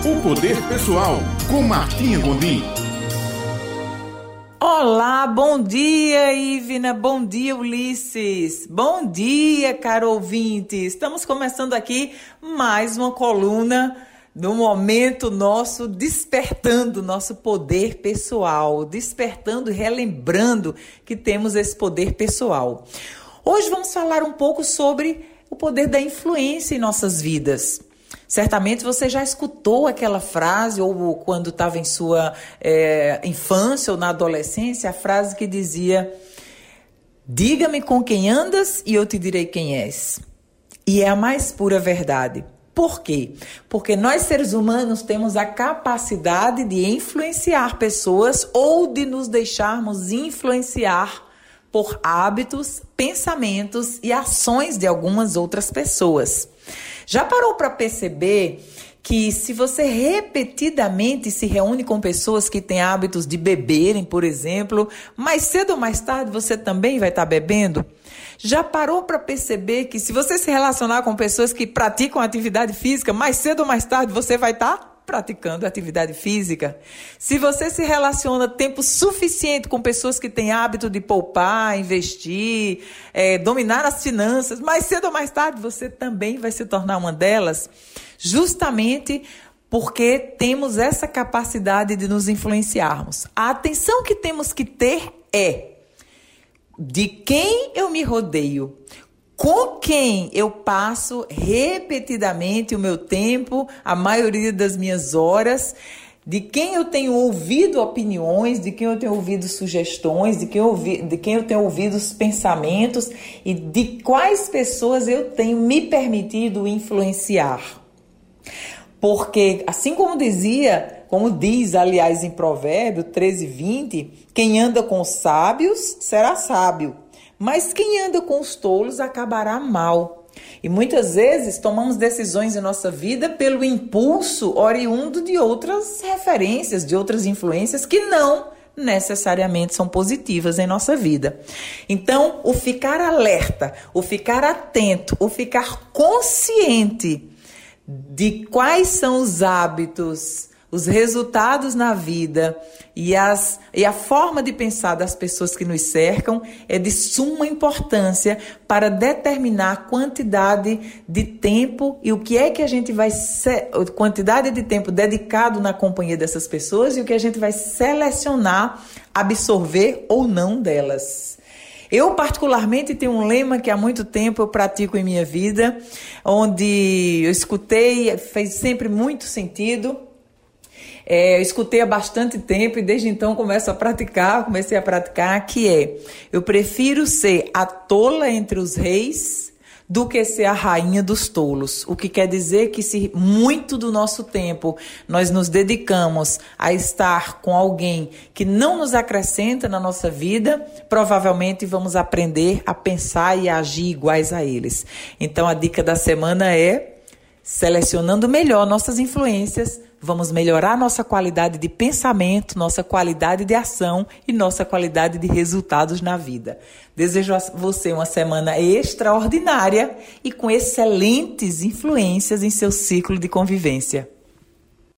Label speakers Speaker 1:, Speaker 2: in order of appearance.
Speaker 1: O Poder Pessoal, com Martinha Gondim.
Speaker 2: Olá, bom dia, Ivna, bom dia, Ulisses, bom dia, caro ouvinte. Estamos começando aqui mais uma coluna no momento nosso, despertando nosso poder pessoal, despertando e relembrando que temos esse poder pessoal. Hoje vamos falar um pouco sobre o poder da influência em nossas vidas. Certamente você já escutou aquela frase, ou quando estava em sua infância ou na adolescência, a frase que dizia: diga-me com quem andas e eu te direi quem és. E é a mais pura verdade. Por quê? Porque nós, seres humanos, temos a capacidade de influenciar pessoas ou de nos deixarmos influenciar por hábitos, pensamentos e ações de algumas outras pessoas. Já parou para perceber que se você repetidamente se reúne com pessoas que têm hábitos de beberem, por exemplo, mais cedo ou mais tarde você também vai estar bebendo? Já parou para perceber que se você se relacionar com pessoas que praticam atividade física, mais cedo ou mais tarde você vai estar praticando atividade física? Se você se relaciona tempo suficiente com pessoas que têm hábito de poupar, investir, dominar as finanças, mais cedo ou mais tarde você também vai se tornar uma delas, justamente porque temos essa capacidade de nos influenciarmos. A atenção que temos que ter é: de quem eu me rodeio? Com quem eu passo repetidamente o meu tempo, a maioria das minhas horas, de quem eu tenho ouvido opiniões, de quem eu tenho ouvido sugestões, de quem eu tenho ouvido os pensamentos e de quais pessoas eu tenho me permitido influenciar. Porque, assim como diz, aliás, em Provérbio 13:20, quem anda com os sábios será sábio, mas quem anda com os tolos acabará mal. E muitas vezes tomamos decisões em nossa vida pelo impulso oriundo de outras referências, de outras influências que não necessariamente são positivas em nossa vida. Então, o ficar alerta, o ficar atento, o ficar consciente de quais são os hábitos, os resultados na vida e a forma de pensar das pessoas que nos cercam é de suma importância para determinar a quantidade de tempo e o que é que a gente vai quantidade de tempo dedicado na companhia dessas pessoas e o que a gente vai selecionar, absorver ou não delas. Eu, particularmente, tenho um lema que há muito tempo eu pratico em minha vida, onde eu escutei, fez sempre muito sentido. Eu escutei há bastante tempo e desde então comecei a praticar, que é: eu prefiro ser a tola entre os reis do que ser a rainha dos tolos. O que quer dizer que se muito do nosso tempo nós nos dedicamos a estar com alguém que não nos acrescenta na nossa vida, provavelmente vamos aprender a pensar e a agir iguais a eles. Então a dica da semana é: selecionando melhor nossas influências, vamos melhorar nossa qualidade de pensamento, nossa qualidade de ação e nossa qualidade de resultados na vida. Desejo a você uma semana extraordinária e com excelentes influências em seu ciclo de convivência.